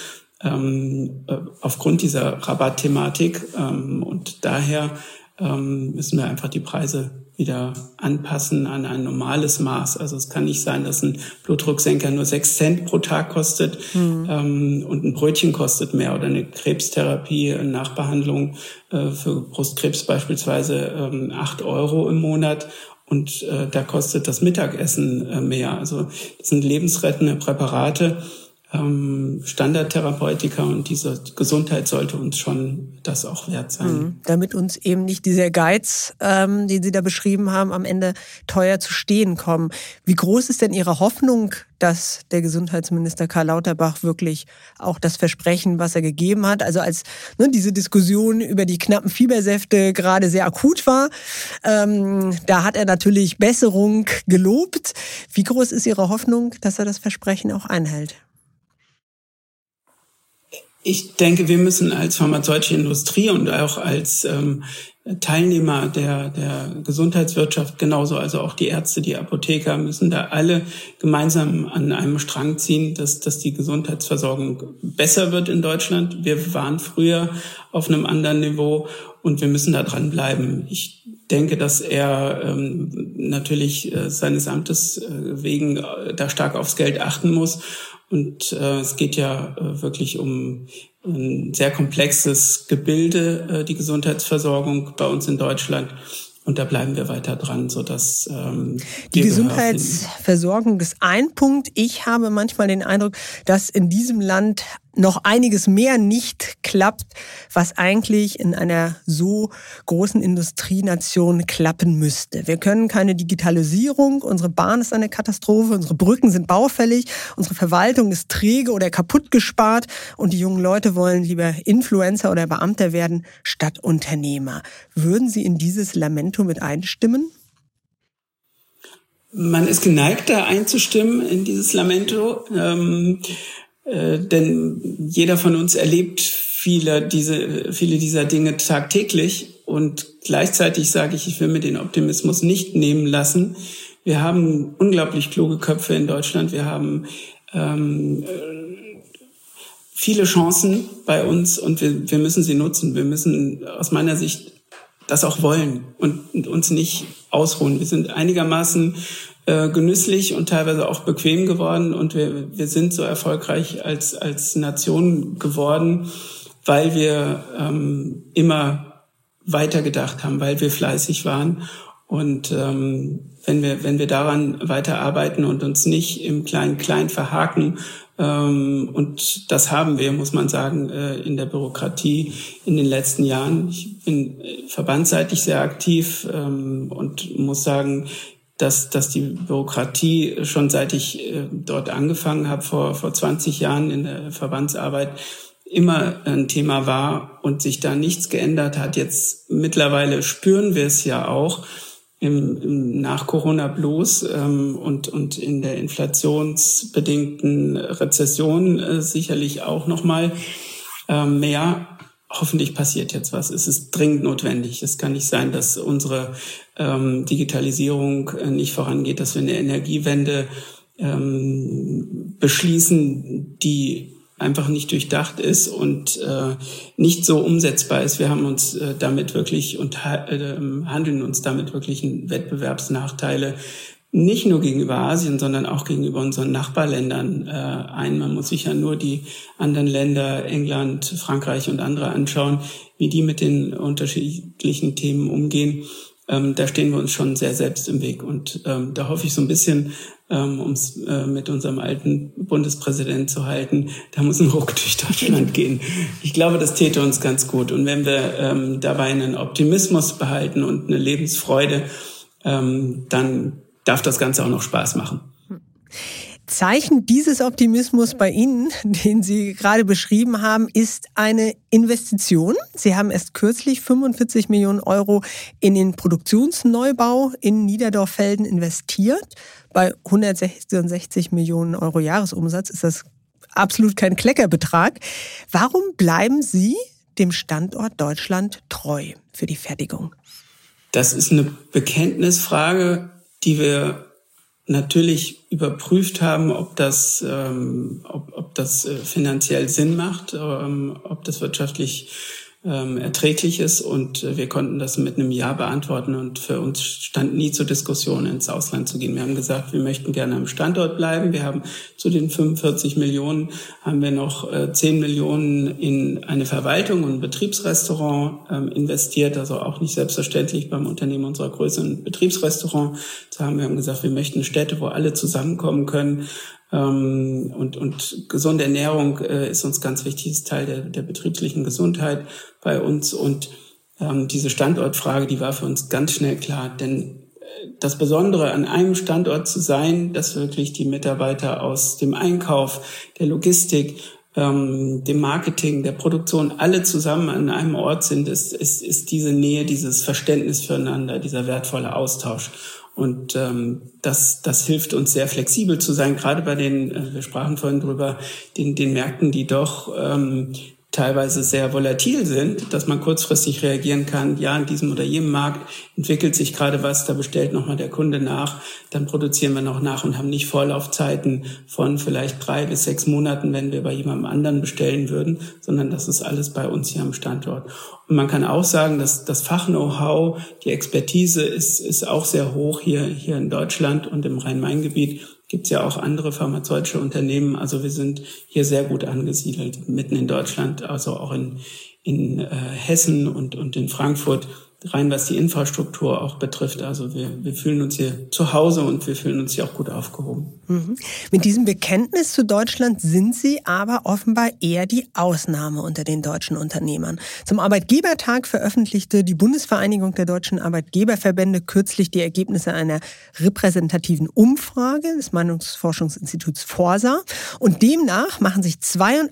aufgrund dieser Rabattthematik. Und daher müssen wir einfach die Preise wieder anpassen an ein normales Maß. Also es kann nicht sein, dass ein Blutdrucksenker nur 6 Cent pro Tag kostet und ein Brötchen kostet mehr oder eine Krebstherapie, eine Nachbehandlung für Brustkrebs beispielsweise 8 € im Monat. Und da kostet das Mittagessen mehr. Also das sind lebensrettende Präparate, Standardtherapeutika, und diese Gesundheit sollte uns schon das auch wert sein. Damit uns eben nicht dieser Geiz, den Sie da beschrieben haben, am Ende teuer zu stehen kommen. Wie groß ist denn Ihre Hoffnung, dass der Gesundheitsminister Karl Lauterbach wirklich auch das Versprechen, was er gegeben hat, also als diese Diskussion über die knappen Fiebersäfte gerade sehr akut war, da hat er natürlich Besserung gelobt. Wie groß ist Ihre Hoffnung, dass er das Versprechen auch einhält? Ich denke, wir müssen als pharmazeutische Industrie und auch als Teilnehmer der Gesundheitswirtschaft genauso, also auch die Ärzte, die Apotheker, müssen da alle gemeinsam an einem Strang ziehen, dass die Gesundheitsversorgung besser wird in Deutschland. Wir waren früher auf einem anderen Niveau und wir müssen da dranbleiben. Ich denke, dass er natürlich seines Amtes wegen da stark aufs Geld achten muss. Und es geht ja wirklich um ein sehr komplexes Gebilde, die Gesundheitsversorgung bei uns in Deutschland. Und da bleiben wir weiter dran, sodass die Gesundheitsversorgung ist ein Punkt. Ich habe manchmal den Eindruck, dass in diesem Land noch einiges mehr nicht klappt, was eigentlich in einer so großen Industrienation klappen müsste. Wir können keine Digitalisierung, unsere Bahn ist eine Katastrophe, unsere Brücken sind baufällig, unsere Verwaltung ist träge oder kaputt gespart und die jungen Leute wollen lieber Influencer oder Beamter werden statt Unternehmer. Würden Sie in dieses Lamento mit einstimmen? Man ist geneigt, da einzustimmen in dieses Lamento. Denn jeder von uns erlebt viele dieser Dinge tagtäglich, und gleichzeitig sage ich will mir den Optimismus nicht nehmen lassen. Wir haben unglaublich kluge Köpfe in Deutschland. Wir haben viele Chancen bei uns und wir müssen sie nutzen. Wir müssen aus meiner Sicht das auch wollen und uns nicht ausruhen. Wir sind einigermaßen genüsslich und teilweise auch bequem geworden, und wir sind so erfolgreich als Nation geworden, weil wir immer weiter gedacht haben, weil wir fleißig waren. Und wenn wir daran weiterarbeiten und uns nicht im Klein-Klein verhaken, und das haben wir, muss man sagen, in der Bürokratie in den letzten Jahren. Ich bin verbandsseitig sehr aktiv und muss sagen, dass die Bürokratie schon seit ich dort angefangen habe, vor 20 Jahren in der Verbandsarbeit, immer ein Thema war und sich da nichts geändert hat. Jetzt mittlerweile spüren wir es ja auch im Nach-Corona-Blues und in der inflationsbedingten Rezession sicherlich auch noch mal mehr. Hoffentlich passiert jetzt was. Es ist dringend notwendig. Es kann nicht sein, dass unsere Digitalisierung nicht vorangeht, dass wir eine Energiewende beschließen, die einfach nicht durchdacht ist und nicht so umsetzbar ist. Wir haben uns damit wirklich handeln uns damit wirklich Wettbewerbsnachteile, nicht nur gegenüber Asien, sondern auch gegenüber unseren Nachbarländern ein. Man muss sich ja nur die anderen Länder, England, Frankreich und andere anschauen, wie die mit den unterschiedlichen Themen umgehen. Da stehen wir uns schon sehr selbst im Weg. Und da hoffe ich so ein bisschen, um es mit unserem alten Bundespräsidenten zu halten, da muss ein Ruck durch Deutschland gehen. Ich glaube, das täte uns ganz gut. Und wenn wir dabei einen Optimismus behalten und eine Lebensfreude, dann darf das Ganze auch noch Spaß machen. Zeichen dieses Optimismus bei Ihnen, den Sie gerade beschrieben haben, ist eine Investition. Sie haben erst kürzlich 45 Millionen Euro in den Produktionsneubau in Niederdorf-Velden investiert. Bei 166 Millionen Euro Jahresumsatz ist das absolut kein Kleckerbetrag. Warum bleiben Sie dem Standort Deutschland treu für die Fertigung? Das ist eine Bekenntnisfrage, die wir natürlich überprüft haben, ob das finanziell Sinn macht, ob das wirtschaftlich erträglich ist, und wir konnten das mit einem Ja beantworten, und für uns stand nie zur Diskussion, ins Ausland zu gehen. Wir haben gesagt, wir möchten gerne am Standort bleiben. Wir haben zu den 45 Millionen haben wir noch 10 Millionen in eine Verwaltung und ein Betriebsrestaurant investiert, also auch nicht selbstverständlich beim Unternehmen unserer Größe ein Betriebsrestaurant zu haben. Wir haben gesagt, wir möchten Städte, wo alle zusammenkommen können. Und gesunde Ernährung ist uns ganz wichtig, ist Teil der betrieblichen Gesundheit bei uns. Und diese Standortfrage, die war für uns ganz schnell klar. Denn das Besondere an einem Standort zu sein, dass wirklich die Mitarbeiter aus dem Einkauf, der Logistik, dem Marketing, der Produktion alle zusammen an einem Ort sind, ist diese Nähe, dieses Verständnis füreinander, dieser wertvolle Austausch. Und das hilft uns sehr flexibel zu sein, gerade bei den, wir sprachen vorhin drüber, den Märkten, die doch teilweise sehr volatil sind, dass man kurzfristig reagieren kann. Ja, in diesem oder jenem Markt entwickelt sich gerade was, da bestellt nochmal der Kunde nach, dann produzieren wir noch nach und haben nicht Vorlaufzeiten von vielleicht 3 bis 6 Monaten, wenn wir bei jemandem anderen bestellen würden, sondern das ist alles bei uns hier am Standort. Und man kann auch sagen, dass das Fach-Know-how, die Expertise ist auch sehr hoch hier in Deutschland, und im Rhein-Main-Gebiet gibt es ja auch andere pharmazeutische Unternehmen. Also wir sind hier sehr gut angesiedelt, mitten in Deutschland, also auch in Hessen und in Frankfurt, rein was die Infrastruktur auch betrifft. Also wir fühlen uns hier zu Hause und wir fühlen uns hier auch gut aufgehoben. Mhm. Mit diesem Bekenntnis zu Deutschland sind Sie aber offenbar eher die Ausnahme unter den deutschen Unternehmern. Zum Arbeitgebertag veröffentlichte die Bundesvereinigung der deutschen Arbeitgeberverbände kürzlich die Ergebnisse einer repräsentativen Umfrage des Meinungsforschungsinstituts Forsa. Und demnach machen sich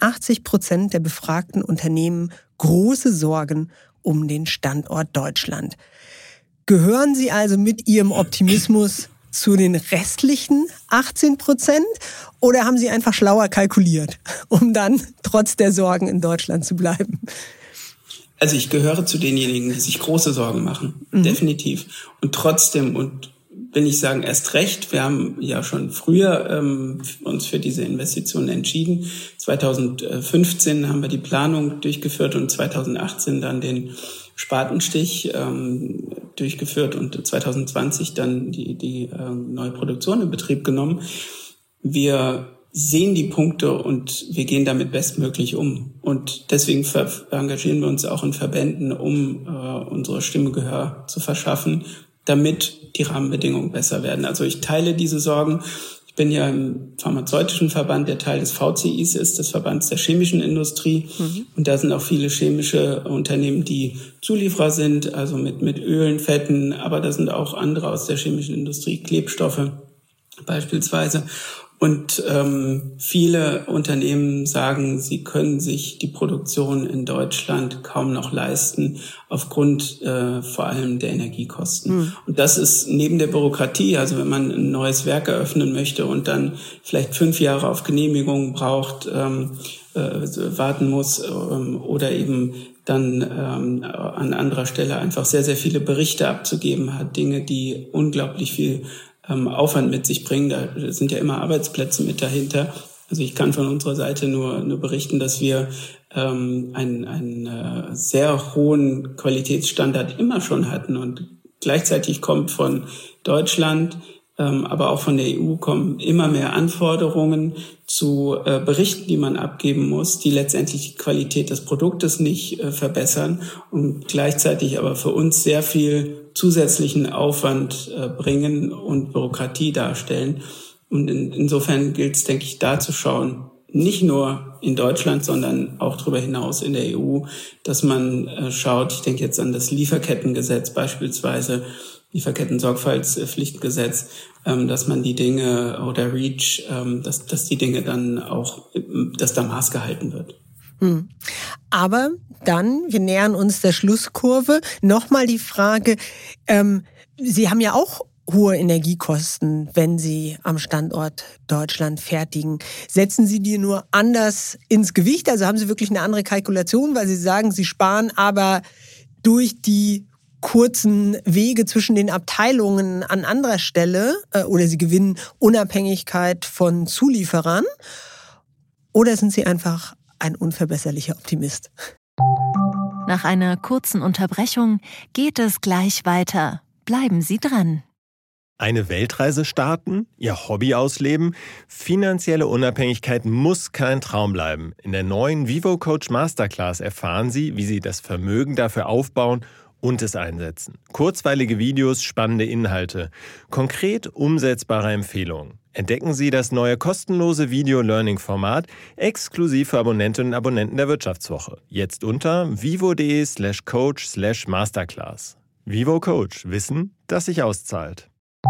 82% der befragten Unternehmen große Sorgen um den Standort Deutschland. Gehören Sie also mit Ihrem Optimismus zu den restlichen 18% oder haben Sie einfach schlauer kalkuliert, um dann trotz der Sorgen in Deutschland zu bleiben? Also ich gehöre zu denjenigen, die sich große Sorgen machen, definitiv. Und trotzdem, und will ich sagen, erst recht, wir haben ja schon früher uns für diese Investitionen entschieden. 2015 haben wir die Planung durchgeführt und 2018 dann den Spatenstich durchgeführt und 2020 dann die neue Produktion in Betrieb genommen. Wir sehen die Punkte und wir gehen damit bestmöglich um. Und deswegen engagieren wir uns auch in Verbänden, um unsere Stimme Gehör zu verschaffen, damit die Rahmenbedingungen besser werden. Also ich teile diese Sorgen. Ich bin ja im pharmazeutischen Verband, der Teil des VCIs ist, des Verbands der chemischen Industrie. Und da sind auch viele chemische Unternehmen, die Zulieferer sind, also mit Ölen, Fetten, aber da sind auch andere aus der chemischen Industrie, Klebstoffe beispielsweise. Und viele Unternehmen sagen, sie können sich die Produktion in Deutschland kaum noch leisten, aufgrund vor allem der Energiekosten. Und das ist neben der Bürokratie, also wenn man ein neues Werk eröffnen möchte und dann vielleicht 5 Jahre auf Genehmigungen braucht, warten muss oder eben dann an anderer Stelle einfach sehr, sehr viele Berichte abzugeben hat, Dinge, die unglaublich viel Aufwand mit sich bringen. Da sind ja immer Arbeitsplätze mit dahinter. Also ich kann von unserer Seite nur berichten, dass wir einen sehr hohen Qualitätsstandard immer schon hatten und gleichzeitig kommt von Deutschland, aber auch von der EU kommen immer mehr Anforderungen zu Berichten, die man abgeben muss, die letztendlich die Qualität des Produktes nicht verbessern und gleichzeitig aber für uns sehr viel zusätzlichen Aufwand bringen und Bürokratie darstellen. Und insofern gilt es, denke ich, da zu schauen, nicht nur in Deutschland, sondern auch darüber hinaus in der EU, dass man schaut, ich denke jetzt an das Lieferkettengesetz beispielsweise, Lieferketten-Sorgfaltspflichtgesetz, dass man die Dinge oder REACH, dass die Dinge dann auch, dass da Maß gehalten wird. Aber dann, wir nähern uns der Schlusskurve, nochmal die Frage, Sie haben ja auch hohe Energiekosten, wenn Sie am Standort Deutschland fertigen. Setzen Sie die nur anders ins Gewicht? Also haben Sie wirklich eine andere Kalkulation, weil Sie sagen, Sie sparen aber durch die kurzen Wege zwischen den Abteilungen an anderer Stelle oder Sie gewinnen Unabhängigkeit von Zulieferern? Oder sind Sie einfach ein unverbesserlicher Optimist? Nach einer kurzen Unterbrechung geht es gleich weiter. Bleiben Sie dran. Eine Weltreise starten, Ihr Hobby ausleben? Finanzielle Unabhängigkeit muss kein Traum bleiben. In der neuen Vivo Coach Masterclass erfahren Sie, wie Sie das Vermögen dafür aufbauen und es einsetzen. Kurzweilige Videos, spannende Inhalte, konkret umsetzbare Empfehlungen. Entdecken Sie das neue kostenlose Video-Learning-Format exklusiv für Abonnentinnen und Abonnenten der Wirtschaftswoche. Jetzt unter vivo.de/coach/masterclass. Vivo Coach. Wissen, das sich auszahlt.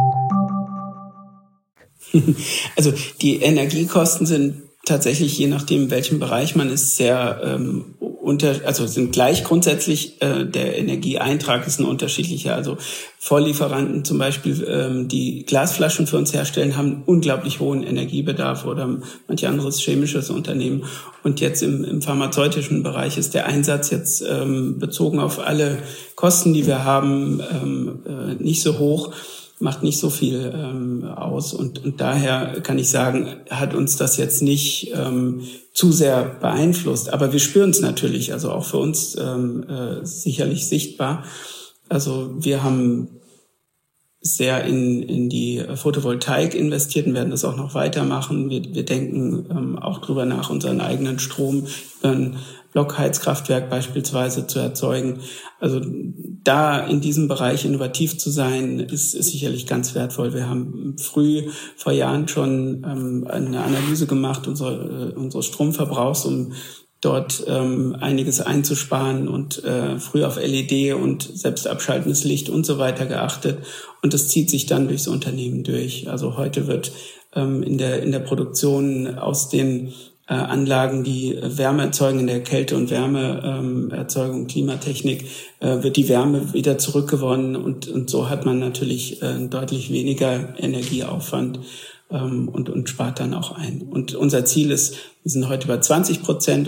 Also die Energiekosten sind tatsächlich, je nachdem, in welchem Bereich man ist, sehr sind gleich grundsätzlich. Der Energieeintrag ist ein unterschiedlicher. Also Vorlieferanten zum Beispiel, die Glasflaschen für uns herstellen, haben einen unglaublich hohen Energiebedarf oder manch anderes chemisches Unternehmen. Und jetzt im pharmazeutischen Bereich ist der Einsatz jetzt bezogen auf alle Kosten, die wir haben, nicht so hoch. Macht nicht so viel aus und daher kann ich sagen, hat uns das jetzt nicht zu sehr beeinflusst. Aber wir spüren es natürlich, also auch für uns sicherlich sichtbar. Also wir haben sehr in die Photovoltaik investiert und werden das auch noch weitermachen. Wir denken auch drüber nach, unseren eigenen Strom über ein Blockheizkraftwerk beispielsweise zu erzeugen. Also da in diesem Bereich innovativ zu sein, ist sicherlich ganz wertvoll. Wir haben früh vor Jahren schon eine Analyse gemacht unseres Stromverbrauchs, um dort einiges einzusparen und früh auf LED und selbst abschaltendes Licht und so weiter geachtet. Und das zieht sich dann durchs Unternehmen durch. Also heute wird in der Produktion aus den Anlagen, die Wärme erzeugen, in der Kälte- und Wärmeerzeugung, Klimatechnik, wird die Wärme wieder zurückgewonnen und so hat man natürlich deutlich weniger Energieaufwand und spart dann auch ein. Und unser Ziel ist, wir sind heute bei 20%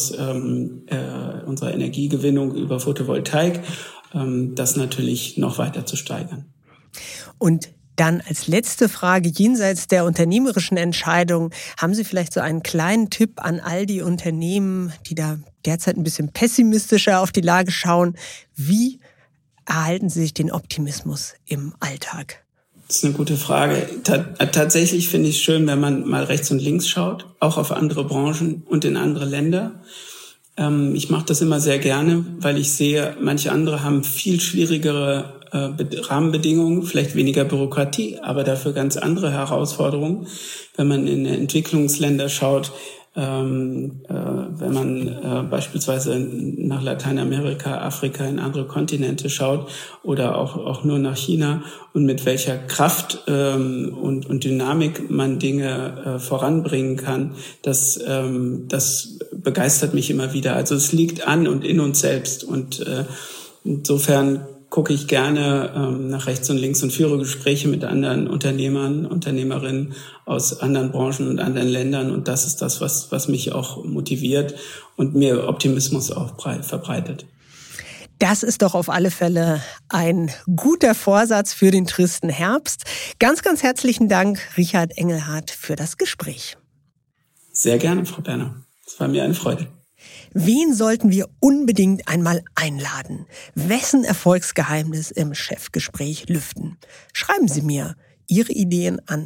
unserer Energiegewinnung über Photovoltaik, das natürlich noch weiter zu steigern. Und dann als letzte Frage, jenseits der unternehmerischen Entscheidung, haben Sie vielleicht so einen kleinen Tipp an all die Unternehmen, die da derzeit ein bisschen pessimistischer auf die Lage schauen? Wie erhalten Sie sich den Optimismus im Alltag? Das ist eine gute Frage. Tatsächlich finde ich es schön, wenn man mal rechts und links schaut, auch auf andere Branchen und in andere Länder. Ich mache das immer sehr gerne, weil ich sehe, manche andere haben viel schwierigere Rahmenbedingungen, vielleicht weniger Bürokratie, aber dafür ganz andere Herausforderungen. Wenn man in Entwicklungsländer schaut, wenn man beispielsweise nach Lateinamerika, Afrika, in andere Kontinente schaut oder auch nur nach China und mit welcher Kraft und Dynamik man Dinge voranbringen kann, das begeistert mich immer wieder. Also es liegt an und in uns selbst und insofern gucke ich gerne nach rechts und links und führe Gespräche mit anderen Unternehmern, Unternehmerinnen aus anderen Branchen und anderen Ländern. Und das ist das, was mich auch motiviert und mir Optimismus auch verbreitet. Das ist doch auf alle Fälle ein guter Vorsatz für den tristen Herbst. Ganz, ganz herzlichen Dank, Richard Engelhardt, für das Gespräch. Sehr gerne, Frau Berner. Es war mir eine Freude. Wen sollten wir unbedingt einmal einladen? Wessen Erfolgsgeheimnis im Chefgespräch lüften? Schreiben Sie mir Ihre Ideen an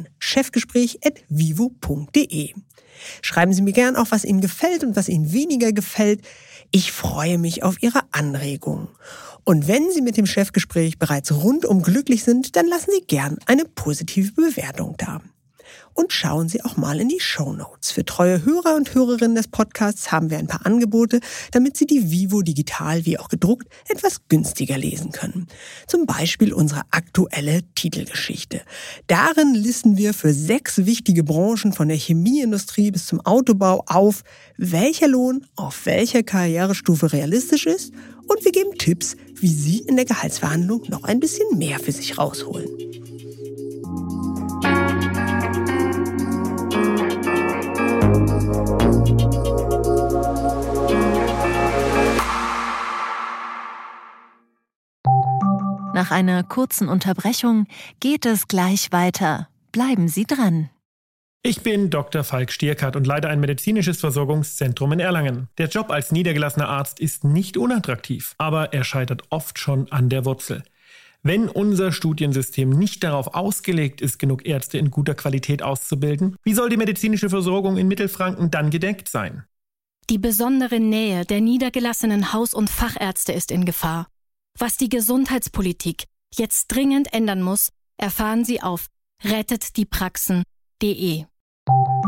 chefgespräch@vivo.de. Schreiben Sie mir gern auch, was Ihnen gefällt und was Ihnen weniger gefällt. Ich freue mich auf Ihre Anregungen. Und wenn Sie mit dem Chefgespräch bereits rundum glücklich sind, dann lassen Sie gern eine positive Bewertung da. Und schauen Sie auch mal in die Shownotes. Für treue Hörer und Hörerinnen des Podcasts haben wir ein paar Angebote, damit Sie die Vivo digital wie auch gedruckt etwas günstiger lesen können. Zum Beispiel unsere aktuelle Titelgeschichte. Darin listen wir für 6 wichtige Branchen von der Chemieindustrie bis zum Autobau auf, welcher Lohn auf welcher Karrierestufe realistisch ist, und wir geben Tipps, wie Sie in der Gehaltsverhandlung noch ein bisschen mehr für sich rausholen. Nach einer kurzen Unterbrechung geht es gleich weiter. Bleiben Sie dran. Ich bin Dr. Falk Stierkart und leite ein medizinisches Versorgungszentrum in Erlangen. Der Job als niedergelassener Arzt ist nicht unattraktiv, aber er scheitert oft schon an der Wurzel. Wenn unser Studiensystem nicht darauf ausgelegt ist, genug Ärzte in guter Qualität auszubilden, wie soll die medizinische Versorgung in Mittelfranken dann gedeckt sein? Die besondere Nähe der niedergelassenen Haus- und Fachärzte ist in Gefahr. Was die Gesundheitspolitik jetzt dringend ändern muss, erfahren Sie auf rettetdiepraxen.de.